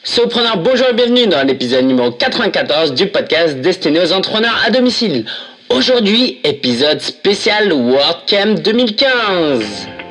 Solopreneurs, bonjour et bienvenue dans l'épisode numéro 94 du podcast destiné aux entrepreneurs à domicile. Aujourd'hui, épisode spécial WordCamp 2015.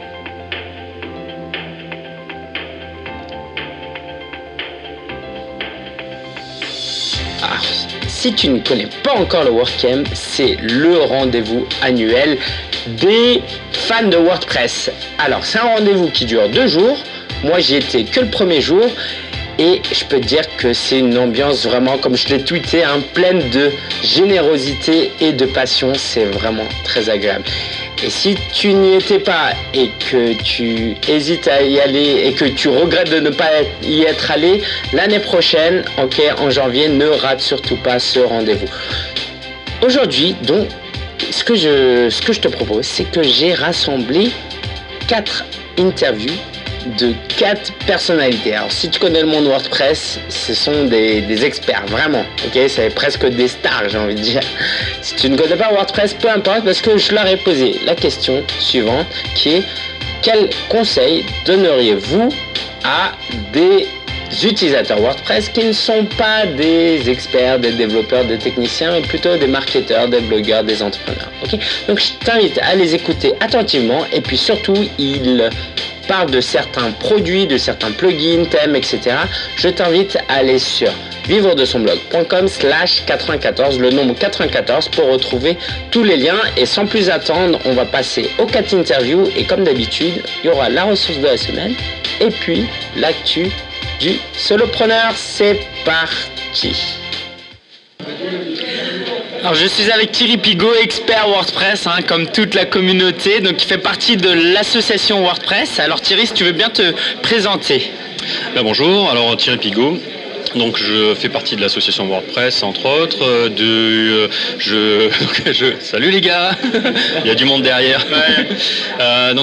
Si tu ne connais pas encore le WordCamp, c'est le rendez-vous annuel des fans de WordPress. Alors, c'est un rendez-vous qui dure 2 jours. Moi, j'y étais que le premier jour. Et je peux te dire que c'est une ambiance vraiment, comme je l'ai tweeté, pleine de générosité et de passion. C'est vraiment très agréable. Et si tu n'y étais pas et que tu hésites à y aller et que tu regrettes de ne pas y être allé, l'année prochaine, en janvier, ne rate surtout pas ce rendez-vous. Aujourd'hui, donc, ce que je te propose, c'est que j'ai rassemblé 4 interviews de 4 personnalités. Alors si tu connais le monde WordPress, ce sont des experts, vraiment. C'est presque des stars, j'ai envie de dire. Si tu ne connais pas WordPress, peu importe, parce que je leur ai posé la question suivante, qui est: quel conseil donneriez-vous à des utilisateurs WordPress qui ne sont pas des experts, des développeurs, des techniciens, mais plutôt des marketeurs, des blogueurs, des entrepreneurs. Donc je t'invite à les écouter attentivement, et puis surtout, ils parlent de certains produits, de certains plugins, thèmes, etc. Je t'invite à aller sur vivredesonblog.com/94, le nombre 94, pour retrouver tous les liens. Et sans plus attendre, on va passer aux 4 interviews. Et comme d'habitude, il y aura la ressource de la semaine et puis l'actu du solopreneur. C'est parti. Alors je suis avec Thierry Pigaut, expert WordPress, comme toute la communauté, donc qui fait partie de l'association WordPress. Alors Thierry, si tu veux bien te présenter. Bonjour, alors Thierry Pigaut. Donc je fais partie de l'association WordPress, entre autres. Salut les gars. Il y a du monde derrière. Ouais.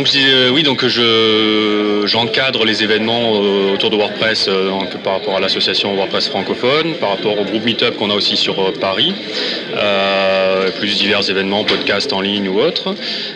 J'encadre les événements autour de WordPress par rapport à l'association WordPress francophone, par rapport au groupe Meetup qu'on a aussi sur Paris, plus divers événements, podcasts en ligne ou autres.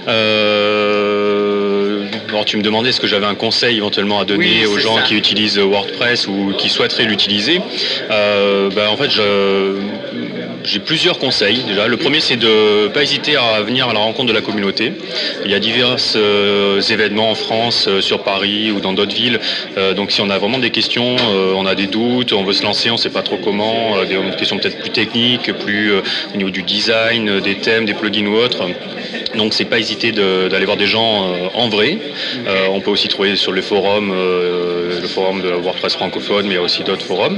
Alors tu me demandais est-ce que j'avais un conseil éventuellement à donner aux gens qui utilisent WordPress ou qui souhaiteraient l'utiliser. En fait, j'ai plusieurs conseils. Déjà, le premier, c'est de ne pas hésiter à venir à la rencontre de la communauté. Il y a divers événements en France, sur Paris ou dans d'autres villes. Donc si on a vraiment des questions, on a des doutes, on veut se lancer, on ne sait pas trop comment, des questions peut-être plus techniques, plus au niveau du design, des thèmes, des plugins ou autres. Donc c'est pas hésiter d'aller voir des gens en vrai. On peut aussi trouver sur le forum de WordPress francophone, mais il y a aussi d'autres forums.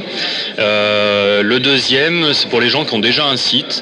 Le deuxième, c'est pour les gens qui ont déjà un site,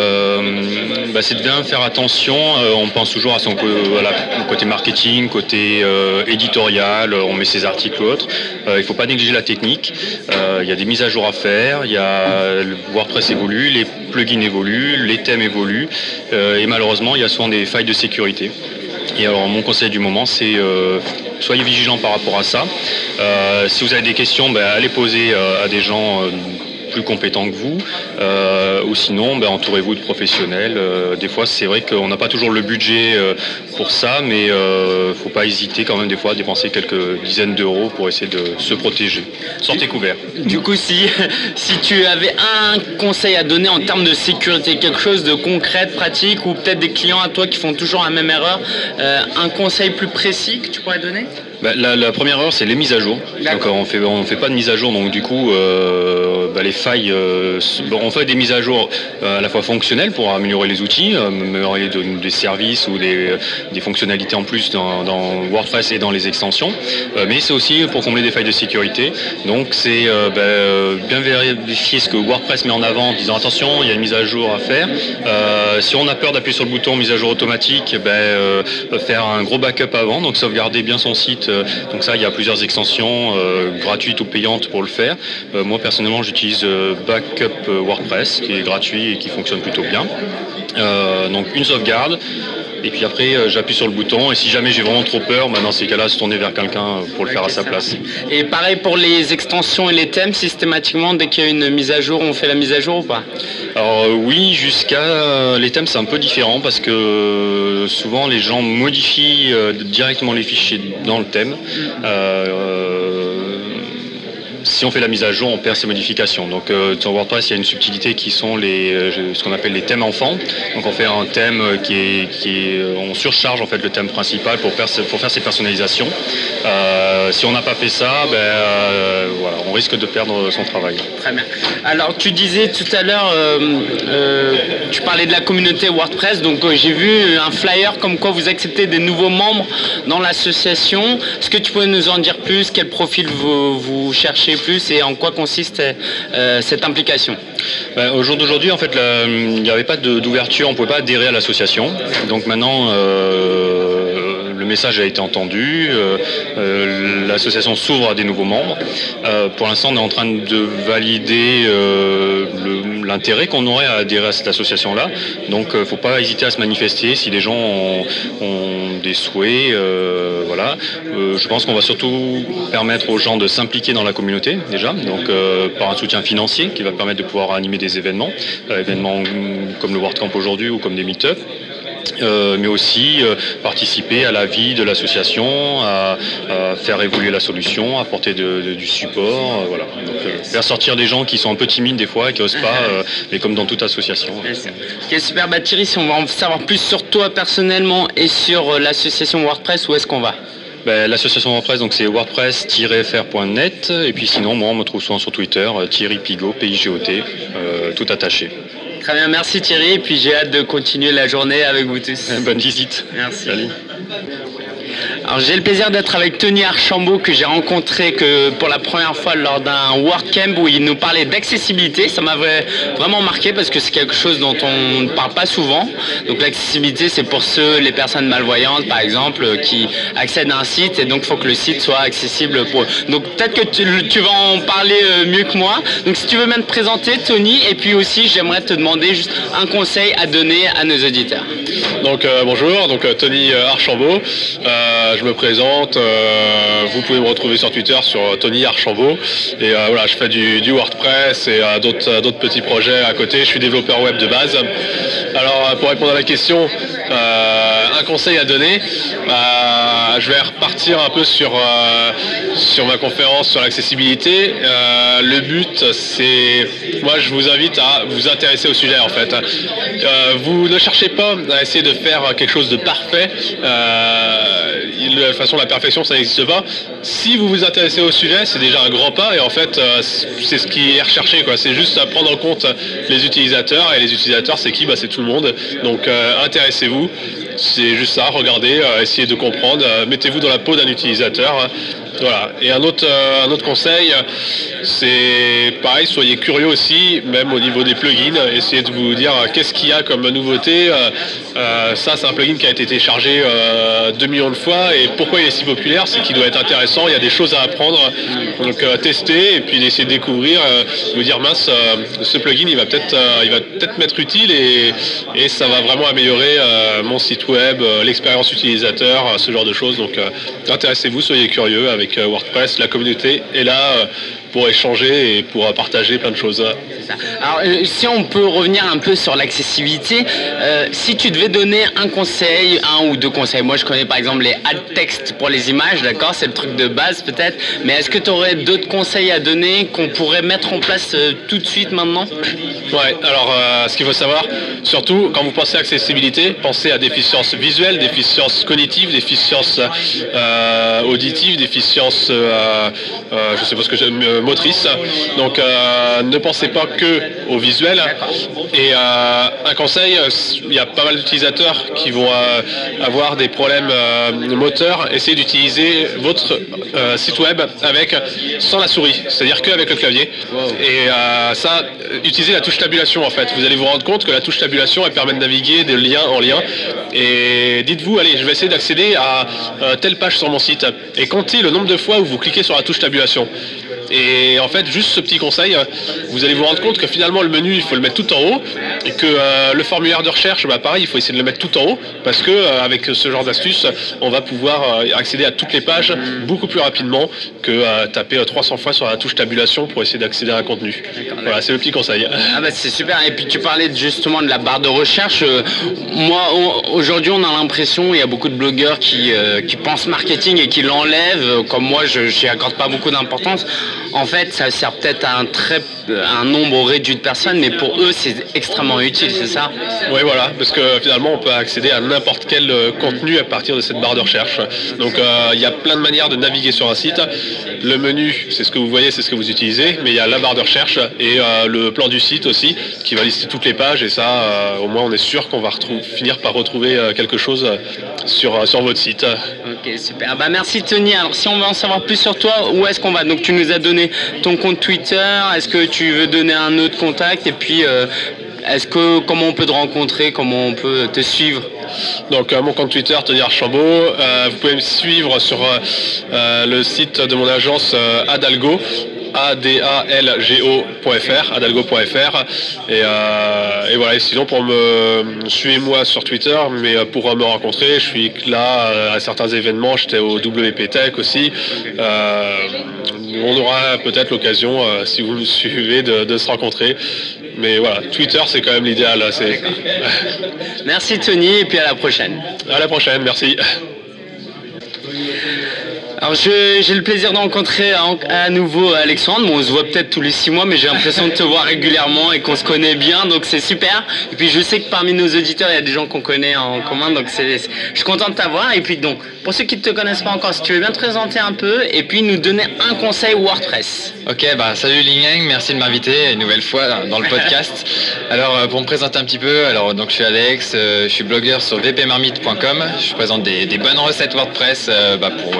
c'est de bien faire attention. On pense toujours à son côté marketing, côté éditorial, on met ses articles ou autres. Il ne faut pas négliger la technique. Il y a des mises à jour à faire, le WordPress évolue, les plugins évoluent, les thèmes évoluent, et malheureusement il y a souvent des failles de sécurité. Et alors mon conseil du moment, c'est soyez vigilants par rapport à ça. Si vous avez des questions, allez poser à des gens plus compétents que vous, ou sinon entourez-vous de professionnels. Des fois c'est vrai qu'on n'a pas toujours le budget pour ça, mais faut pas hésiter quand même des fois à dépenser quelques dizaines d'euros pour essayer de se protéger. Sortez couverts. Du coup, si tu avais un conseil à donner en termes de sécurité, quelque chose de concret, de pratique, ou peut-être des clients à toi qui font toujours la même erreur, un conseil plus précis que tu pourrais donner? La première erreur, c'est les mises à jour. Donc on fait pas de mise à jour, donc du coup les failles, on fait des mises à jour à la fois fonctionnelles pour améliorer les outils, améliorer des services ou des fonctionnalités en plus dans WordPress et dans les extensions, mais c'est aussi pour combler des failles de sécurité. Donc c'est bien vérifier ce que WordPress met en avant en disant attention, il y a une mise à jour à faire. Si on a peur d'appuyer sur le bouton mise à jour automatique, faire un gros backup avant, donc sauvegarder bien son site. Donc ça, il y a plusieurs extensions gratuites ou payantes pour le faire. Moi personnellement, j'utilise Backup WordPress qui est gratuit et qui fonctionne plutôt bien. Donc une sauvegarde. Et puis après, j'appuie sur le bouton. Et si jamais j'ai vraiment trop peur, dans ces cas-là, se tourner vers quelqu'un pour le faire à sa place. Et pareil pour les extensions et les thèmes, systématiquement, dès qu'il y a une mise à jour, on fait la mise à jour ou pas? Alors oui, jusqu'à les thèmes, c'est un peu différent parce que souvent les gens modifient directement les fichiers dans le thème. si on fait la mise à jour, on perd ces modifications. Donc sur WordPress, il y a une subtilité qui sont ce qu'on appelle les thèmes enfants. Donc on fait un thème on surcharge en fait le thème principal pour faire ces personnalisations. Si on n'a pas fait ça, voilà, on risque de perdre son travail. Très bien. Alors tu disais tout à l'heure, tu parlais de la communauté WordPress, donc j'ai vu un flyer comme quoi vous acceptez des nouveaux membres dans l'association. Est-ce que tu peux nous en dire plus? Quel profil vous cherchez plus et en quoi consiste cette implication? Au jour d'aujourd'hui, en fait, il n'y avait pas d'ouverture, on ne pouvait pas adhérer à l'association. Donc maintenant, le message a été entendu, l'association s'ouvre à des nouveaux membres. Pour l'instant, on est en train de valider l'intérêt qu'on aurait à adhérer à cette association-là. Donc, il ne faut pas hésiter à se manifester si les gens ont des souhaits. Voilà. Je pense qu'on va surtout permettre aux gens de s'impliquer dans la communauté, déjà, donc par un soutien financier qui va permettre de pouvoir animer des événements comme le WordCamp aujourd'hui ou comme des meet-up. Mais aussi participer à la vie de l'association, à faire évoluer la solution, apporter du support, voilà. Donc, faire sortir des gens qui sont un peu timides des fois et qui n'osent pas, mais comme dans toute association. Ok, super. Thierry, si on va en savoir plus sur toi personnellement et sur l'association WordPress, où est-ce qu'on va? L'association WordPress, donc c'est wordpress-fr.net, et puis sinon, moi, on me trouve souvent sur Twitter, Thierry Pigot, P-I-G-O-T, tout attaché. Très bien, merci Thierry, et puis j'ai hâte de continuer la journée avec vous tous. Bonne visite. Merci. Salut. Alors j'ai le plaisir d'être avec Tony Archambault que j'ai rencontré pour la première fois lors d'un WordCamp où il nous parlait d'accessibilité. Ça m'avait vraiment marqué parce que c'est quelque chose dont on ne parle pas souvent. Donc l'accessibilité, c'est pour les personnes malvoyantes par exemple qui accèdent à un site et donc il faut que le site soit accessible pour eux. Donc peut-être que tu vas en parler mieux que moi. Donc si tu veux même te présenter Tony, et puis aussi j'aimerais te demander juste un conseil à donner à nos auditeurs. Donc bonjour, donc Tony Archambault. Je me présente, vous pouvez me retrouver sur Twitter sur Tony Archambault et voilà, je fais du WordPress et d'autres petits projets à côté. Je suis développeur web de base. Alors pour répondre à la question, un conseil à donner, je vais repartir un peu sur ma conférence sur l'accessibilité. Le but, c'est, moi je vous invite à vous intéresser au sujet en fait. Vous ne cherchez pas à essayer de faire quelque chose de parfait. De toute façon, la perfection, ça n'existe pas. Si vous vous intéressez au sujet, c'est déjà un grand pas et en fait, c'est ce qui est recherché, quoi. C'est juste à prendre en compte les utilisateurs et les utilisateurs, c'est qui? C'est tout le monde. Donc, intéressez-vous. C'est juste ça. Regardez, essayez de comprendre. Mettez-vous dans la peau d'un utilisateur. Voilà. Et un autre conseil, c'est pareil, soyez curieux aussi, même au niveau des plugins. Essayez de vous dire qu'est-ce qu'il y a comme nouveauté. Ça, c'est un plugin qui a été téléchargé 2 millions de fois. Et pourquoi il est si populaire? C'est qu'il doit être intéressant. Il y a des choses à apprendre. Donc, tester et puis essayer de découvrir. Vous dire mince, ce plugin, il va peut-être m'être utile et ça va vraiment améliorer mon site web, l'expérience utilisateur, ce genre de choses. Donc, intéressez-vous, soyez curieux avec WordPress. La communauté est là pour échanger et pour partager plein de choses. Alors, si on peut revenir un peu sur l'accessibilité, si tu devais donner un conseil, un ou deux conseils, moi je connais par exemple les alt text pour les images, d'accord, c'est le truc de base peut-être, mais est-ce que tu aurais d'autres conseils à donner qu'on pourrait mettre en place tout de suite maintenant? Ouais, alors ce qu'il faut savoir, surtout quand vous pensez à accessibilité, pensez à déficiences visuelles, déficiences cognitives, déficiences auditives, déficiences, je sais pas ce que motrices. Donc ne pensez pas que au visuel. Et un conseil, il y a pas mal d'utilisateurs qui vont avoir des problèmes moteurs. Essayez d'utiliser votre site web sans la souris, c'est-à-dire qu'avec le clavier. Et ça, utilisez la touche tabulation en fait. Vous allez vous rendre compte que la touche tabulation, elle permet de naviguer de lien en lien. Et dites-vous, allez, je vais essayer d'accéder à telle page sur mon site. Et comptez le nombre de fois où vous cliquez sur la touche tabulation. Et en fait, juste ce petit conseil, vous allez vous rendre compte que finalement le menu, il faut le mettre tout en haut, et que le formulaire de recherche, pareil, il faut essayer de le mettre tout en haut, parce que avec ce genre d'astuce, on va pouvoir accéder à toutes les pages beaucoup plus rapidement que taper 300 fois sur la touche tabulation pour essayer d'accéder à un contenu. Voilà, c'est le petit conseil. Ah bah c'est super. Et puis tu parlais justement de la barre de recherche. Moi, aujourd'hui, on a l'impression, il y a beaucoup de blogueurs qui pensent marketing et qui l'enlèvent. Comme moi, je n'y accorde pas beaucoup d'importance. en fait, ça sert peut-être à un nombre réduit de personnes, mais pour eux, c'est extrêmement utile, c'est ça? Oui, voilà, parce que finalement, on peut accéder à n'importe quel contenu à partir de cette barre de recherche. Donc, il y a plein de manières de naviguer sur un site. Le menu, c'est ce que vous voyez, c'est ce que vous utilisez, mais il y a la barre de recherche et le plan du site aussi, qui va lister toutes les pages, et ça, au moins, on est sûr qu'on va finir par retrouver quelque chose sur votre site. Ok, super. Bah, merci Tony. Alors, si on veut en savoir plus sur toi, où est-ce qu'on va? Donc, tu nous as donné ton compte Twitter. Est-ce que tu veux donner un autre contact? Et puis, comment on peut te rencontrer? Comment on peut te suivre? Donc, mon compte Twitter, Tony Archambault. Vous pouvez me suivre sur le site de mon agence Adalgo. adalgo.fr, adalgo.fr, et voilà. Et sinon, suivez-moi sur Twitter, mais pour me rencontrer, je suis là à certains événements. J'étais au WP Tech aussi. On aura peut-être l'occasion, si vous me suivez, de se rencontrer. Mais voilà, Twitter, c'est quand même l'idéal. Merci Tony, et puis à la prochaine. À la prochaine, merci. Alors j'ai le plaisir de rencontrer à nouveau Alexandre. Bon, on se voit peut-être tous les 6 mois, mais j'ai l'impression de te voir régulièrement et qu'on se connaît bien, donc c'est super. Et puis je sais que parmi nos auditeurs, il y a des gens qu'on connaît en commun, donc je suis content de t'avoir. Et puis donc, pour ceux qui ne te connaissent pas encore, si tu veux bien te présenter un peu et puis nous donner un conseil WordPress. Ok, salut Ling Yang, merci de m'inviter une nouvelle fois dans le podcast. Alors pour me présenter un petit peu, donc je suis Alex, je suis blogueur sur vpmarmite.com. Je présente des bonnes recettes WordPress pour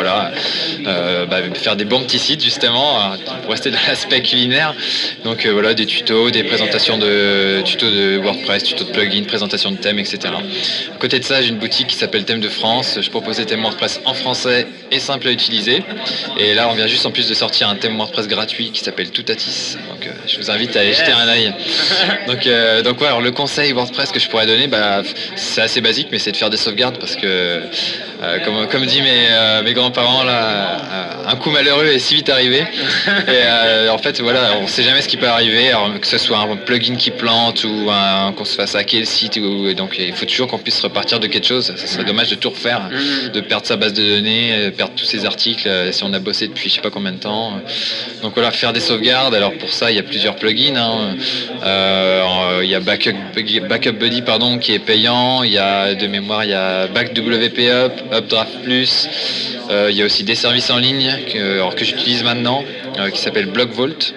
faire des bons petits sites justement, pour rester dans l'aspect culinaire. Donc des tutos, des présentations de tutos de WordPress, tutos de plugins, présentations de thèmes, etc. À côté de ça, j'ai une boutique qui s'appelle Thèmes de France. Je propose des thèmes WordPress en français et simple à utiliser. Et là, on vient juste en plus de sortir un thème WordPress gratuit qui s'appelle Toutatis. Donc je vous invite à aller jeter un œil. Donc alors le conseil WordPress que je pourrais donner, c'est assez basique, mais c'est de faire des sauvegardes parce que comme dit mes grands-parents là, un coup malheureux est si vite arrivé. Et en fait voilà, on sait jamais ce qui peut arriver, alors, que ce soit un plugin qui plante ou qu'on se fasse hacker le site, donc il faut toujours qu'on puisse repartir de quelque chose. Ça serait dommage de tout refaire, de perdre sa base de données, perdre tous ses articles si on a bossé depuis je sais pas combien de temps. Donc voilà, faire des sauvegardes. Alors pour ça il y a plusieurs plugins. Il y a Backup Buddy qui est payant. Il y a de mémoire il y a BackWP Updraft Plus. Il y a aussi des services en ligne que j'utilise maintenant qui s'appelle BlockVault.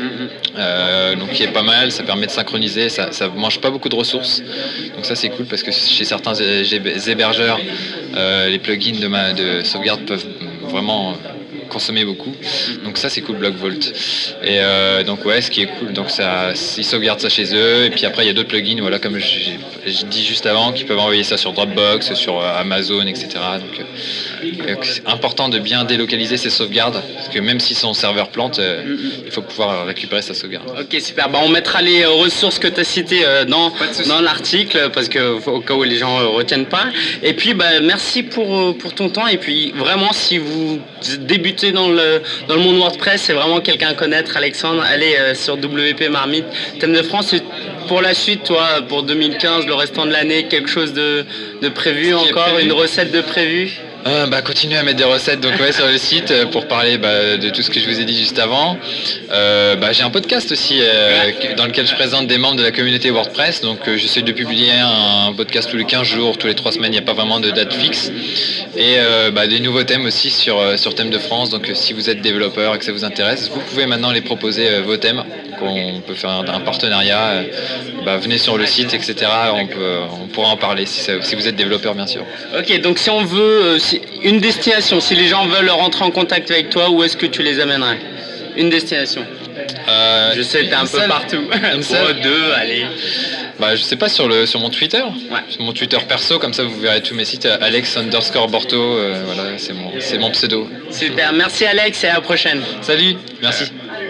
Donc qui est pas mal, ça permet de synchroniser, ça mange pas beaucoup de ressources, donc ça c'est cool parce que chez certains hébergeurs les plugins de sauvegarde peuvent vraiment consommer beaucoup, donc ça c'est cool, BlockVault. Et donc ouais, ce qui est cool, donc ils sauvegardent ça chez eux, et puis après il y a d'autres plugins, voilà, comme je dis juste avant, qui peuvent envoyer ça sur Dropbox, sur Amazon, etc. Donc c'est important de bien délocaliser ces sauvegardes, parce que même si son serveur plante, il faut pouvoir récupérer sa sauvegarde. Ok, super. On mettra les ressources que tu as citées dans l'article, parce que au cas où les gens ne retiennent pas. Et puis merci pour ton temps, et puis vraiment si vous débutez dans le monde WordPress, c'est vraiment quelqu'un à connaître, Alexandre. Allez sur WP Marmite, Thème de France. Et pour la suite, toi, pour 2015, le restant de l'année, quelque chose de prévu encore, une recette de prévu? Continuer à mettre des recettes sur le site pour parler de tout ce que je vous ai dit juste avant. J'ai un podcast aussi dans lequel je présente des membres de la communauté WordPress, donc j'essaie de publier un podcast tous les 15 jours, tous les 3 semaines, il n'y a pas vraiment de date fixe, et des nouveaux thèmes aussi sur Thème de France. Donc si vous êtes développeur et que ça vous intéresse, vous pouvez maintenant les proposer vos thèmes. Donc, on peut faire un partenariat, venez sur le site, etc. On pourra en parler si vous êtes développeur, bien sûr. Ok, donc si on veut une destination, si les gens veulent rentrer en contact avec toi, où est-ce que tu les amènerais? Une destination. Je sais, t'es un peu partout. Deux, allez. Je sais pas, sur mon Twitter. Ouais. Sur mon Twitter perso, comme ça vous verrez tous mes sites. Alex_Borto, voilà, c'est mon pseudo. Super, merci Alex et à la prochaine. Salut, merci.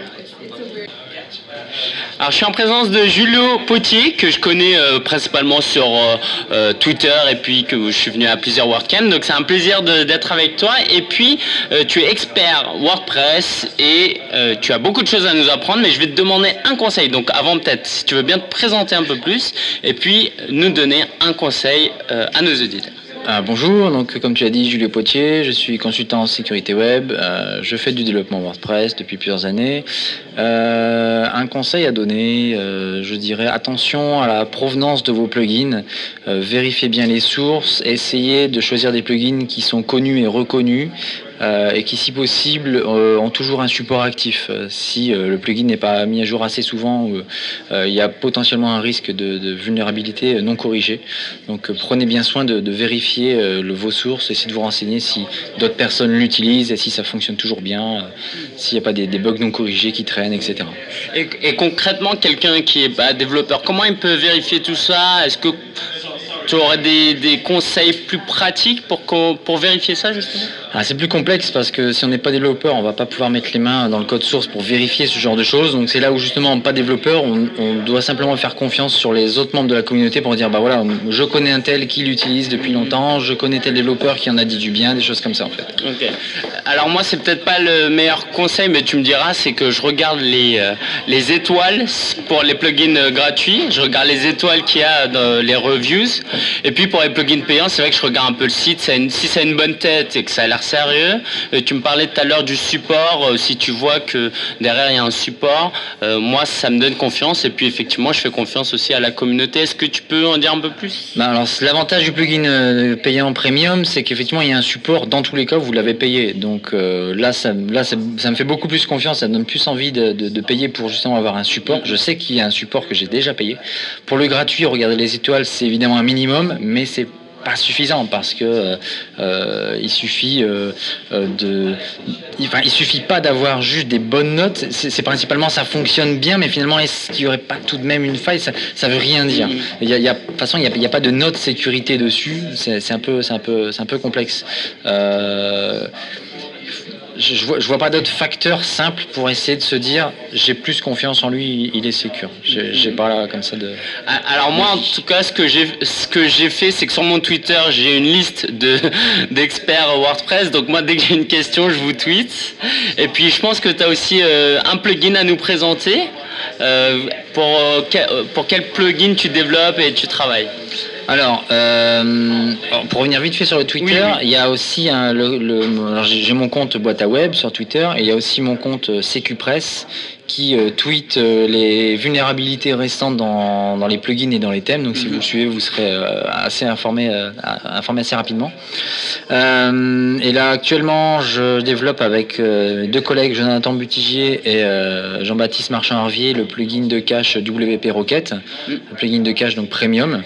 Alors, je suis en présence de Julio Potier, que je connais principalement sur Twitter, et puis que je suis venu à plusieurs WordCamp. Donc, c'est un plaisir d'être avec toi. Et puis, tu es expert WordPress et tu as beaucoup de choses à nous apprendre, mais je vais te demander un conseil. Donc, avant peut-être, si tu veux bien te présenter un peu plus, et puis nous donner un conseil à nos auditeurs. Bonjour, donc comme tu as dit, Julio Potier, je suis consultant en sécurité web, je fais du développement WordPress depuis plusieurs années. Un conseil à donner, je dirais attention à la provenance de vos plugins, vérifiez bien les sources, essayez de choisir des plugins qui sont connus et reconnus. Et qui, si possible, ont toujours un support actif. Si le plugin n'est pas mis à jour assez souvent, il y a potentiellement un risque de vulnérabilité non corrigée. Donc prenez bien soin de vérifier vos sources, essayez de vous renseigner si d'autres personnes l'utilisent et si ça fonctionne toujours bien, s'il n'y a pas des bugs non corrigés qui traînent, etc. Et concrètement, quelqu'un qui est développeur, comment il peut vérifier tout ça? Est-ce que tu aurais des conseils plus pratiques pour vérifier ça, justement? C'est plus complexe parce que si on n'est pas développeur, on va pas pouvoir mettre les mains dans le code source pour vérifier ce genre de choses. Donc c'est là où justement, pas développeur, on doit simplement faire confiance sur les autres membres de la communauté pour dire bah voilà, je connais un tel qui l'utilise depuis longtemps, je connais tel développeur qui en a dit du bien, des choses comme ça en fait. Ok. Alors moi c'est peut-être pas le meilleur conseil, mais tu me diras, c'est que je regarde les étoiles pour les plugins gratuits, je regarde les étoiles qu'il y a dans les reviews, et puis pour les plugins payants, c'est vrai que je regarde un peu le site, si ça a une bonne tête et que ça a l'air sérieux. Tu me parlais tout à l'heure du support, si tu vois que derrière il y a un support, moi ça me donne confiance, et puis effectivement je fais confiance aussi à la communauté. Est-ce que tu peux en dire un peu plus? Alors l'avantage du plugin payant premium, c'est qu'effectivement il y a un support, dans tous les cas vous l'avez payé, donc là ça me fait beaucoup plus confiance, ça me donne plus envie de payer pour justement avoir un support. Je sais qu'il y a un support que j'ai déjà payé. Pour le gratuit, regarder les étoiles, c'est évidemment un minimum, mais c'est pas suffisant parce que il suffit il suffit pas d'avoir juste des bonnes notes. C'est principalement ça fonctionne bien, mais finalement est-ce qu'il y aurait pas tout de même une faille? Ça veut rien dire. De toute façon il y a pas de note sécurité dessus. C'est un peu complexe. Je vois pas d'autres facteurs simples pour essayer de se dire j'ai plus confiance en lui, il est sécure. J'ai pas là comme ça de. Alors moi en tout cas ce que j'ai fait, c'est que sur mon Twitter j'ai une liste d'experts WordPress. Donc moi dès que j'ai une question je vous tweet. Et puis je pense que tu as aussi un plugin à nous présenter. Pour quel plugin tu développes et tu travailles? Alors, pour revenir vite fait sur le Twitter, il y a aussi alors j'ai mon compte boîte à web sur Twitter et il y a aussi mon compte CQPress qui tweet les vulnérabilités restantes dans les plugins et dans les thèmes. Donc si vous le suivez, vous serez assez informé assez rapidement. Et là actuellement, je développe avec deux collègues, Jonathan Butigier et Jean-Baptiste Marchand-Harvier, le plugin de cache WP Rocket, le plugin de cache donc premium,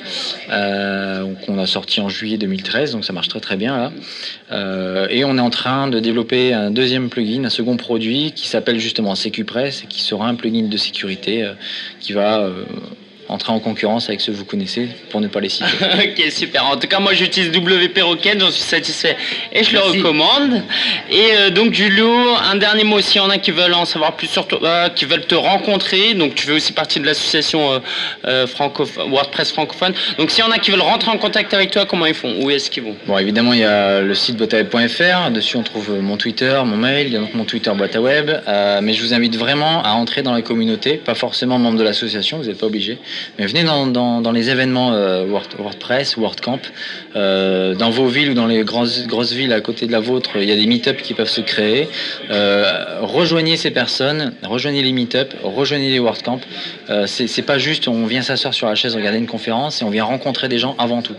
qu'on a sorti en juillet 2013, donc ça marche très très bien là. Et on est en train de développer un deuxième plugin, un second produit qui s'appelle justement CQPress et qui sera un plugin de sécurité qui va entrer en concurrence avec ceux que vous connaissez pour ne pas les citer. Ok, super. En tout cas, moi j'utilise WP Rocket, j'en suis satisfait et je le recommande. Et donc Julio, un dernier mot, s'il y en a qui veulent en savoir plus sur toi, qui veulent te rencontrer, donc tu fais aussi partie de l'association WordPress francophone. Donc s'il y en a qui veulent rentrer en contact avec toi, comment ils font? Où est-ce qu'ils vont? Bon, évidemment, il y a le site boîtaweb.fr, dessus on trouve mon Twitter, mon mail, il y a donc mon Twitter boîte à web, mais je vous invite vraiment à entrer dans la communauté, pas forcément membre de l'association, vous n'êtes pas obligé. Mais venez dans les événements WordPress, WordCamp, dans vos villes ou dans les grosses villes à côté de la vôtre, il y a des meet-up qui peuvent se créer. Rejoignez ces personnes, rejoignez les meet-up, rejoignez les WordCamp. C'est pas juste on vient s'asseoir sur la chaise regarder une conférence et on vient rencontrer des gens avant tout.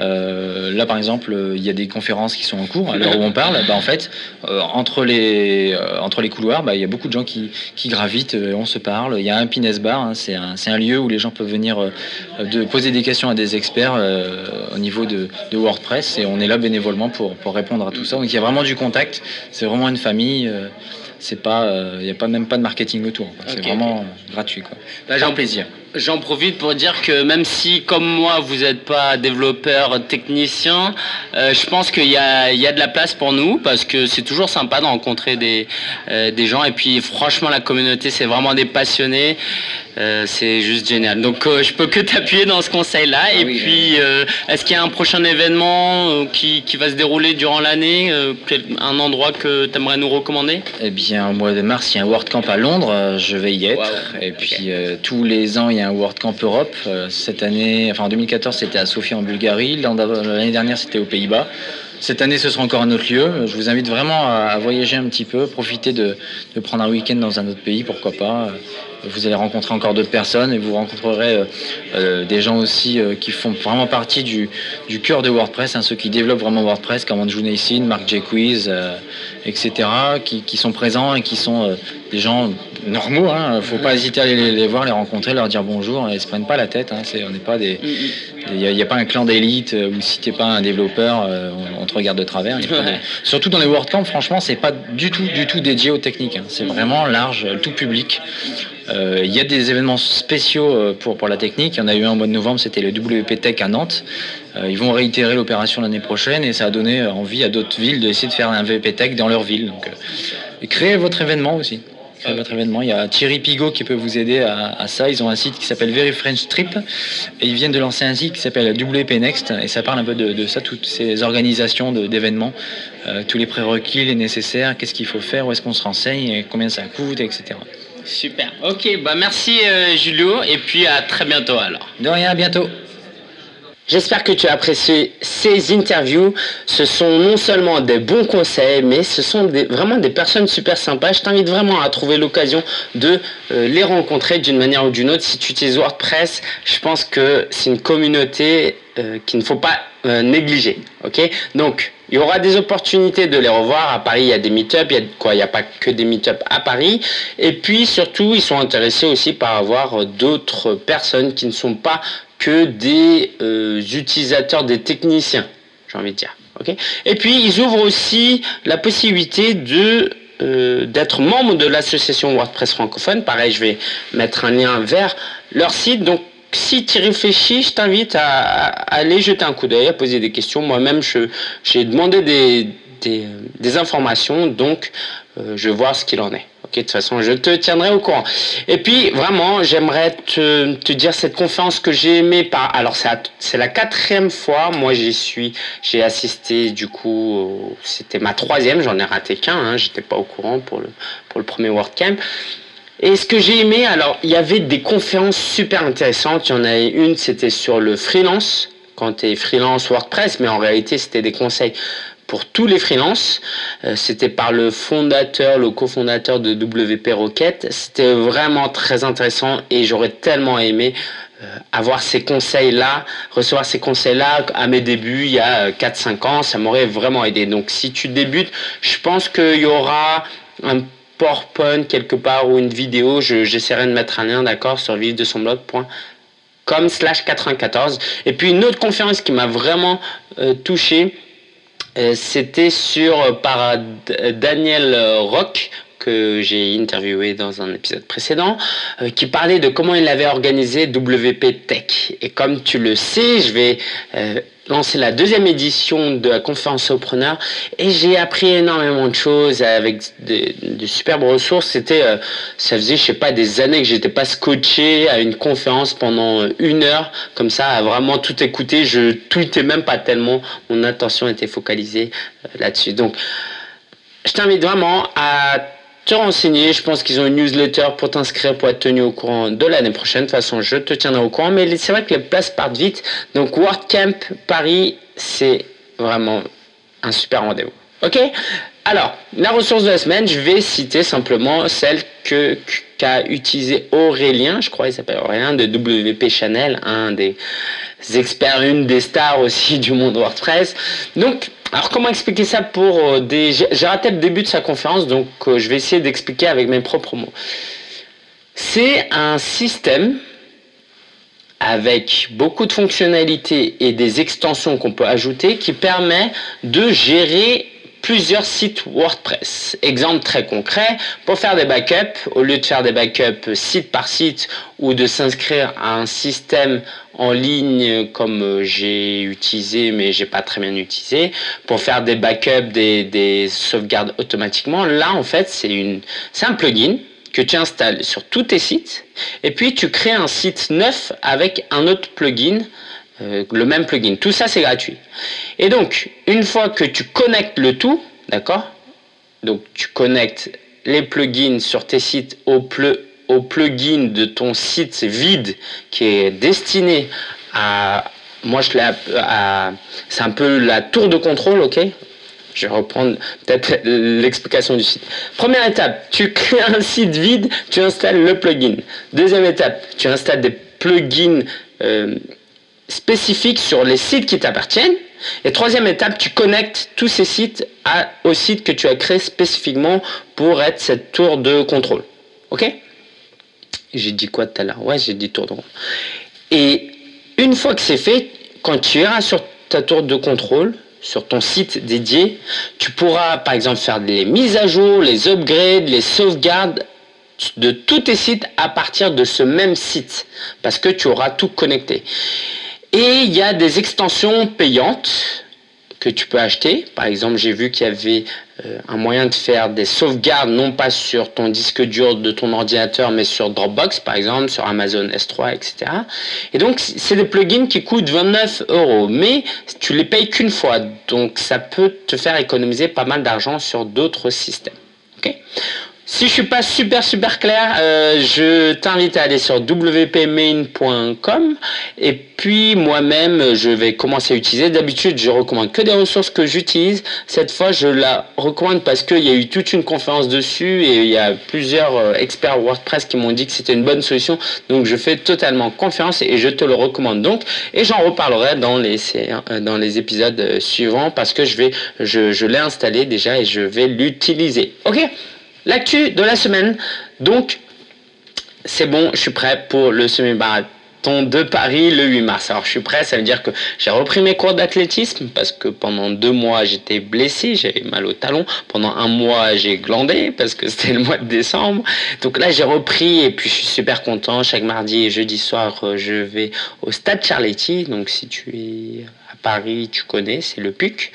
Là par exemple, il y a des conférences qui sont en cours à l'heure où on parle. En fait, entre les couloirs, il y a beaucoup de gens qui gravitent, on se parle. Il y a un Pines Bar, c'est un lieu où les gens peuvent venir de poser des questions à des experts au niveau de WordPress et on est là bénévolement pour répondre à tout ça. Donc il y a vraiment du contact, c'est vraiment une famille. C'est pas, il n'y a même pas de marketing autour. C'est vraiment gratuit. J'ai un plaisir. J'en profite pour dire que même si, comme moi, vous n'êtes pas développeur, technicien, je pense qu'il y a de la place pour nous parce que c'est toujours sympa de rencontrer des gens. Et puis, franchement, la communauté, c'est vraiment des passionnés. C'est juste génial. Donc, je peux que t'appuyer dans ce conseil-là. Et puis, est-ce qu'il y a un prochain événement qui va se dérouler durant l'année, un endroit que tu aimerais nous recommander? Eh bien, au mois de mars, il y a un WordCamp à Londres, je vais y être. Wow. Et puis tous les ans, il y a un WordCamp Europe. Cette année, enfin en 2014, c'était à Sofia en Bulgarie. L'année dernière, c'était aux Pays-Bas. Cette année, ce sera encore un autre lieu. Je vous invite vraiment à voyager un petit peu, profiter de prendre un week-end dans un autre pays, pourquoi pas. Vous allez rencontrer encore d'autres personnes et vous rencontrerez des gens aussi qui font vraiment partie du cœur de WordPress, hein, ceux qui développent vraiment WordPress, comme Andrew Nassin, Mark Jaquiz, etc., qui sont présents et qui sont des gens normaux. Hein. Faut pas hésiter à les voir, les rencontrer, leur dire bonjour. Ils se prennent pas la tête. Hein. On n'est pas des... Il n'y a pas un clan d'élite où si tu n'es pas un développeur, on te regarde de travers. Surtout dans les WordCamp, franchement, c'est pas du tout dédié aux techniques. Hein. C'est vraiment large, tout public. Il y a des événements spéciaux pour la technique. Il y en a eu un au mois de novembre, c'était le WP Tech à Nantes. Ils vont réitérer l'opération l'année prochaine et ça a donné envie à d'autres villes d'essayer de faire un WP Tech dans leur ville. Donc, créez votre événement aussi. Il y a Thierry Pigot qui peut vous aider à ça. Ils ont un site qui s'appelle Very French Trip et ils viennent de lancer un site qui s'appelle WP Next et ça parle un peu de ça, toutes ces organisations d'événements, tous les prérequis, les nécessaires, qu'est-ce qu'il faut faire, où est-ce qu'on se renseigne, combien ça coûte, etc. Super, ok, bah merci Julio et puis à très bientôt alors. De rien, à bientôt. J'espère que tu as apprécié ces interviews. Ce sont non seulement des bons conseils, mais ce sont vraiment des personnes super sympas. Je t'invite vraiment à trouver l'occasion de les rencontrer d'une manière ou d'une autre. Si tu utilises WordPress, je pense que c'est une communauté qu'il ne faut pas négliger. Okay, donc, il y aura des opportunités de les revoir. À Paris, il y a des meet-up. Il n'y a pas que des meet-up à Paris. Et puis, surtout, ils sont intéressés aussi par avoir d'autres personnes qui ne sont pas que des utilisateurs, des techniciens, j'ai envie de dire. Okay, et puis, ils ouvrent aussi la possibilité d'être membre de l'association WordPress francophone. Pareil, je vais mettre un lien vers leur site. Donc, si tu réfléchis, je t'invite à aller jeter un coup d'œil, à poser des questions. Moi-même, j'ai demandé des informations, donc je vais voir ce qu'il en est. Okay, de toute façon, je te tiendrai au courant. Et puis, vraiment, j'aimerais te dire cette conférence que j'ai aimée. Alors, c'est la 4e fois. Moi, j'ai assisté, du coup, c'était ma 3e. J'en ai raté qu'un. Hein, j'étais pas au courant pour le premier WordCamp. Et ce que j'ai aimé, alors, il y avait des conférences super intéressantes. Il y en avait une, c'était sur le freelance, quand tu es freelance WordPress, mais en réalité, c'était des conseils pour tous les freelances. C'était par le cofondateur de WP Rocket. C'était vraiment très intéressant et j'aurais tellement aimé avoir ces conseils-là, recevoir ces conseils-là à mes débuts il y a 4-5 ans. Ça m'aurait vraiment aidé. Donc, si tu débutes, je pense qu'il y aura un PowerPoint quelque part ou une vidéo, j'essaierai de mettre un lien, d'accord, sur vivredesonblog.com/94. Et puis une autre conférence qui m'a vraiment touché, c'était par Daniel Rock, que j'ai interviewé dans un épisode précédent, qui parlait de comment il avait organisé WP Tech. Et comme tu le sais, je vais lancer la 2e édition de la conférence Solopreneur et j'ai appris énormément de choses avec de superbes ressources. Ça faisait, je sais pas, des années que j'étais pas scotché à une conférence pendant 1 heure, comme ça, à vraiment tout écouter. Je tweetais même pas tellement, mon attention était focalisée là-dessus. Donc, je t'invite vraiment à te renseigner. Je pense qu'ils ont une newsletter pour t'inscrire, pour être tenu au courant de l'année prochaine. De toute façon, je te tiendrai au courant. Mais c'est vrai que les places partent vite. Donc, WordCamp Paris, c'est vraiment un super rendez-vous. Ok ? Alors, la ressource de la semaine, je vais citer simplement celle qu'a utilisé Aurélien. Je crois qu'il s'appelle Aurélien de WP Channel, un des experts, une des stars aussi du monde WordPress. Donc, alors comment expliquer ça j'ai raté le début de sa conférence, donc je vais essayer d'expliquer avec mes propres mots. C'est un système avec beaucoup de fonctionnalités et des extensions qu'on peut ajouter qui permet de gérer plusieurs sites WordPress. Exemple très concret, pour faire des backups, au lieu de faire des backups site par site ou de s'inscrire à un système en ligne comme j'ai utilisé mais j'ai pas très bien utilisé, pour faire des backups, des sauvegardes automatiquement, là en fait c'est un plugin que tu installes sur tous tes sites et puis tu crées un site neuf avec un autre plugin, le même plugin. Tout ça c'est gratuit. Et donc une fois que tu connectes le tout, d'accord, donc tu connectes les plugins sur tes sites au plugin de ton site vide qui est destiné à... Moi, c'est un peu la tour de contrôle, ok? Je vais reprendre peut-être l'explication du site. Première étape, tu crées un site vide, tu installes le plugin. Deuxième étape, tu installes des plugins spécifiques sur les sites qui t'appartiennent. Et troisième étape, tu connectes tous ces sites au site que tu as créé spécifiquement pour être cette tour de contrôle. Ok? J'ai dit quoi tout à l'heure? Ouais, j'ai dit tour de contrôle. Et une fois que c'est fait, quand tu iras sur ta tour de contrôle, sur ton site dédié, tu pourras par exemple faire les mises à jour, les upgrades, les sauvegardes de tous tes sites à partir de ce même site parce que tu auras tout connecté. Et il y a des extensions payantes que tu peux acheter. Par exemple, j'ai vu qu'il y avait un moyen de faire des sauvegardes non pas sur ton disque dur de ton ordinateur mais sur Dropbox par exemple, sur Amazon S3, etc. Et donc c'est des plugins qui coûtent 29 €, mais tu les payes qu'une fois, donc ça peut te faire économiser pas mal d'argent sur d'autres systèmes. Okay? Si je suis pas super clair, je t'invite à aller sur wpmain.com et puis moi-même je vais commencer à utiliser. D'habitude je recommande que des ressources que j'utilise. Cette fois je la recommande parce qu'il y a eu toute une conférence dessus et il y a plusieurs experts WordPress qui m'ont dit que c'était une bonne solution. Donc je fais totalement confiance et je te le recommande donc. Et j'en reparlerai dans les épisodes suivants parce que je l'ai installé déjà et je vais l'utiliser. Ok? L'actu de la semaine, donc c'est bon, je suis prêt pour le semi-marathon de Paris le 8 mars. Alors je suis prêt, ça veut dire que j'ai repris mes cours d'athlétisme parce que pendant 2 mois j'étais blessé, j'avais mal au talon. Pendant 1 mois j'ai glandé parce que c'était le mois de décembre. Donc là j'ai repris et puis je suis super content. Chaque mardi et jeudi soir je vais au stade Charletti. Donc si tu es à Paris, tu connais, c'est le PUC.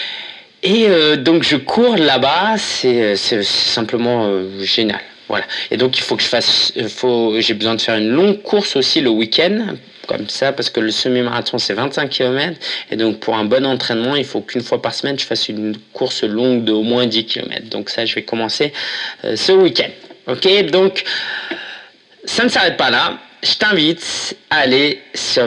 Et donc je cours là-bas, c'est simplement génial. Voilà. Et donc il faut que j'ai besoin de faire une longue course aussi le week-end, comme ça, parce que le semi-marathon c'est 25 km. Et donc pour un bon entraînement, il faut qu'une fois par semaine, je fasse une course longue de au moins 10 km. Donc ça, je vais commencer ce week-end. Ok, donc ça ne s'arrête pas là. Je t'invite à aller sur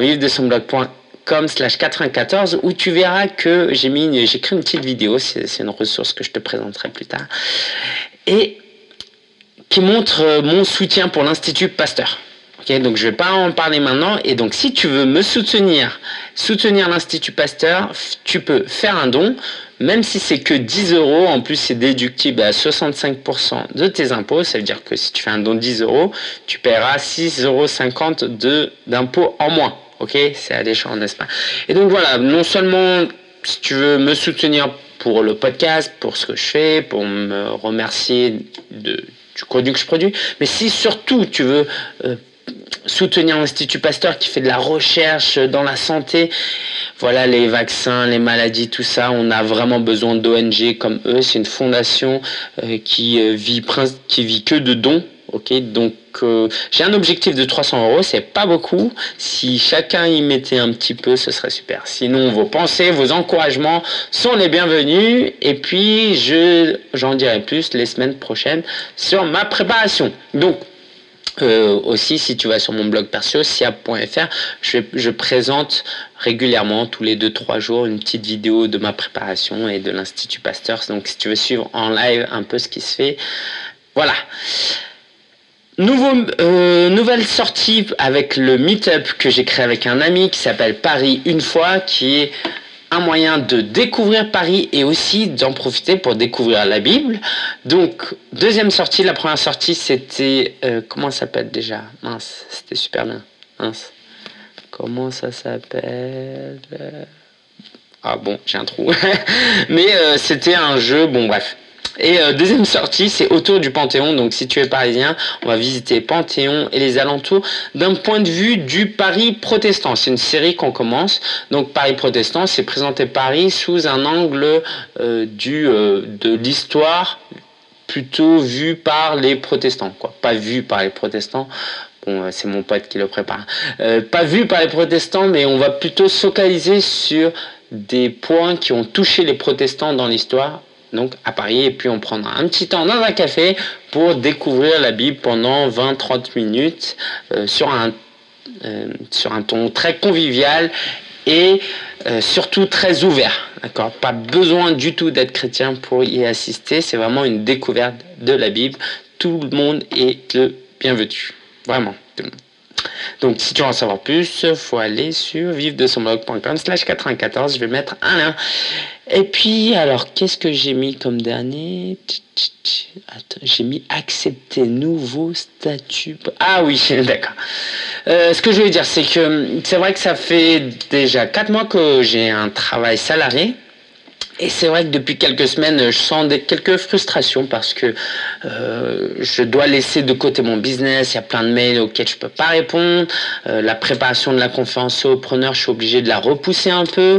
vivredesonblog.com/94 où tu verras que j'ai créé une petite vidéo, c'est une ressource que je te présenterai plus tard, et qui montre mon soutien pour l'Institut Pasteur. Okay, donc je ne vais pas en parler maintenant. Et donc si tu veux me soutenir l'Institut Pasteur, tu peux faire un don, même si c'est que 10 €. En plus c'est déductible à 65% de tes impôts. Ça veut dire que si tu fais un don de 10 €, tu paieras 6,50 € d'impôts en moins. Ok, c'est alléchant, n'est-ce pas? Et donc voilà, non seulement si tu veux me soutenir pour le podcast, pour ce que je fais, pour me remercier du contenu que je produis, mais si surtout tu veux soutenir l'Institut Pasteur qui fait de la recherche dans la santé, voilà, les vaccins, les maladies, tout ça, on a vraiment besoin d'ONG comme eux. C'est une fondation qui vit que de dons. Ok, donc j'ai un objectif de 300 €, c'est pas beaucoup. Si chacun y mettait un petit peu, ce serait super. Sinon, vos pensées, vos encouragements sont les bienvenus. Et puis, j'en dirai plus les semaines prochaines sur ma préparation. Donc, aussi, si tu vas sur mon blog perso, siap.fr, je présente régulièrement, tous les 2-3 jours, une petite vidéo de ma préparation et de l'Institut Pasteur. Donc, si tu veux suivre en live un peu ce qui se fait, voilà. Nouvelle sortie avec le meet-up que j'ai créé avec un ami qui s'appelle Paris une fois, qui est un moyen de découvrir Paris et aussi d'en profiter pour découvrir la Bible. Donc, deuxième sortie, la première sortie c'était, comment ça s'appelle déjà? Mince, c'était super bien. Mince. Comment ça s'appelle? Ah bon, j'ai un trou. Mais c'était un jeu, bon bref. Et deuxième sortie, c'est autour du Panthéon. Donc si tu es parisien, on va visiter Panthéon et les alentours d'un point de vue du Paris protestant. C'est une série qu'on commence. Donc Paris protestant, c'est présenter Paris sous un angle de l'histoire plutôt vu par les protestants, quoi. Pas vu par les protestants. Bon, c'est mon pote qui le prépare. Pas vu par les protestants, mais on va plutôt se focaliser sur des points qui ont touché les protestants dans l'histoire. donc à Paris, et puis on prendra un petit temps dans un café pour découvrir la Bible pendant 20-30 minutes sur un ton très convivial et surtout très ouvert. D'accord ? Pas besoin du tout d'être chrétien pour y assister, c'est vraiment une découverte de la Bible. Tout le monde est le bienvenu, vraiment. Donc, si tu veux en savoir plus, il faut aller sur vivredesonblog.com/94. Je vais mettre un lien. Et puis, alors, qu'est-ce que j'ai mis comme dernier ? Attends, j'ai mis accepter nouveau statut. Ah oui, d'accord. Ce que je veux dire, c'est que c'est vrai que ça fait déjà 4 mois que j'ai un travail salarié. Et c'est vrai que depuis quelques semaines, je sens quelques frustrations parce que je dois laisser de côté mon business. Il y a plein de mails auxquels je peux pas répondre. La préparation de la conférence solopreneur, je suis obligé de la repousser un peu.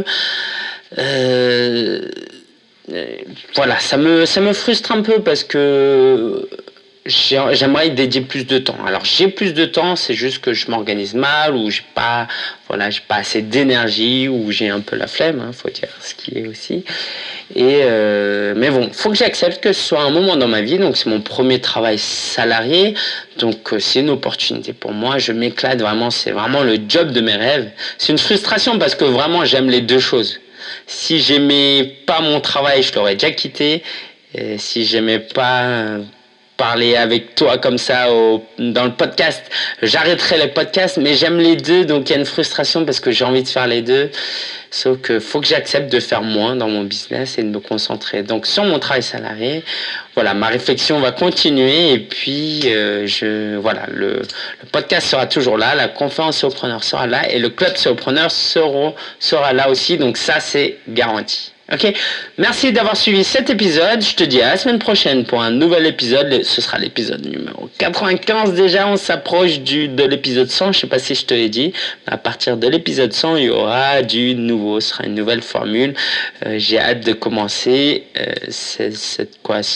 Voilà, ça me frustre un peu parce que j'aimerais y dédier plus de temps. Alors j'ai plus de temps, c'est juste que je m'organise mal ou j'ai pas assez d'énergie ou j'ai un peu la flemme, faut dire ce qui est aussi. Et mais bon, faut que j'accepte que ce soit un moment dans ma vie. Donc c'est mon premier travail salarié, donc c'est une opportunité pour moi. Je m'éclate vraiment, c'est vraiment le job de mes rêves. C'est une frustration parce que vraiment j'aime les deux choses. Si j'aimais pas mon travail, je l'aurais déjà quitté. Et si j'aimais pas parler avec toi comme ça dans le podcast, j'arrêterai les podcasts, mais j'aime les deux, donc il y a une frustration parce que j'ai envie de faire les deux, sauf que faut que j'accepte de faire moins dans mon business et de me concentrer donc sur mon travail salarié. Voilà, ma réflexion va continuer et puis le podcast sera toujours là, la conférence solopreneur sera là et le club solopreneur sera là aussi, donc ça c'est garanti. Ok, merci d'avoir suivi cet épisode. Je te dis à la semaine prochaine pour un nouvel épisode. Ce sera l'épisode numéro 95 déjà. On s'approche de l'épisode 100. Je sais pas si je te l'ai dit. À partir de l'épisode 100, il y aura du nouveau. Ce sera une nouvelle formule. J'ai hâte de commencer ce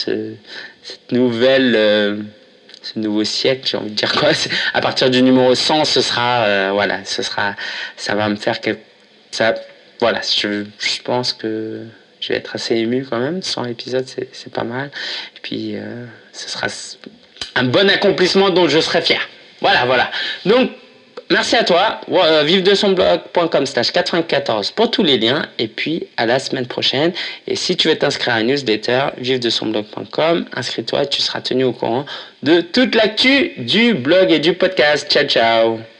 nouveau siècle. J'ai envie de dire quoi. À partir du numéro 100, ça va me faire ça. Voilà, je pense que je vais être assez ému quand même. 100 épisodes, c'est pas mal. Et puis, ce sera un bon accomplissement dont je serai fier. Voilà. Donc, merci à toi. vivredesonblog.com/94 pour tous les liens. Et puis, à la semaine prochaine. Et si tu veux t'inscrire à une newsletter, vivredesonblog.com, inscris-toi et tu seras tenu au courant de toute l'actu du blog et du podcast. Ciao.